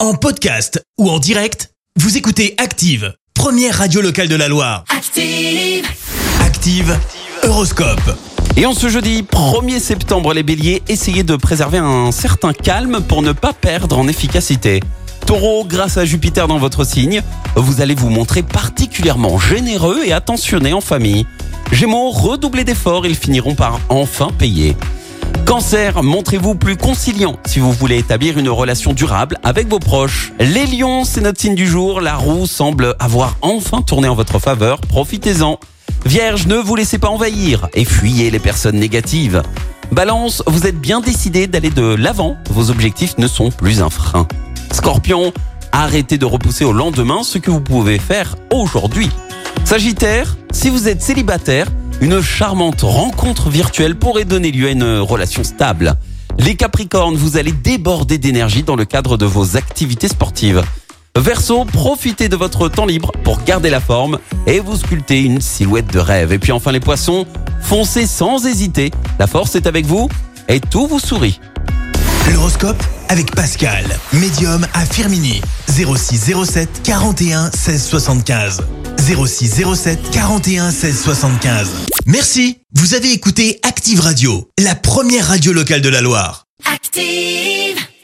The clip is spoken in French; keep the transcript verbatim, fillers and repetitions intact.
En podcast ou en direct, vous écoutez Active, première radio locale de la Loire. Active, Active Horoscope. Et en ce jeudi premier septembre, les béliers, essayez de préserver un certain calme pour ne pas perdre en efficacité. Taureau, grâce à Jupiter dans votre signe, vous allez vous montrer particulièrement généreux et attentionné en famille. Gémeaux, redoublez d'efforts, ils finiront par enfin payer. Cancer, montrez-vous plus conciliant si vous voulez établir une relation durable avec vos proches. Les lions, c'est notre signe du jour, la roue semble avoir enfin tourné en votre faveur, profitez-en. Vierge, ne vous laissez pas envahir et fuyez les personnes négatives. Balance, vous êtes bien décidé d'aller de l'avant, vos objectifs ne sont plus un frein. Scorpion, arrêtez de repousser au lendemain ce que vous pouvez faire aujourd'hui. Sagittaire, si vous êtes célibataire, une charmante rencontre virtuelle pourrait donner lieu à une relation stable. Les Capricornes, vous allez déborder d'énergie dans le cadre de vos activités sportives. Verseau, profitez de votre temps libre pour garder la forme et vous sculpter une silhouette de rêve. Et puis enfin les Poissons, foncez sans hésiter, la force est avec vous et tout vous sourit. L'horoscope avec Pascal, médium à Firmini, zéro six zéro sept quarante et un seize soixante-quinze. zéro six zéro sept quarante et un seize soixante-quinze. Merci, vous avez écouté Active Radio, la première radio locale de la Loire. Active.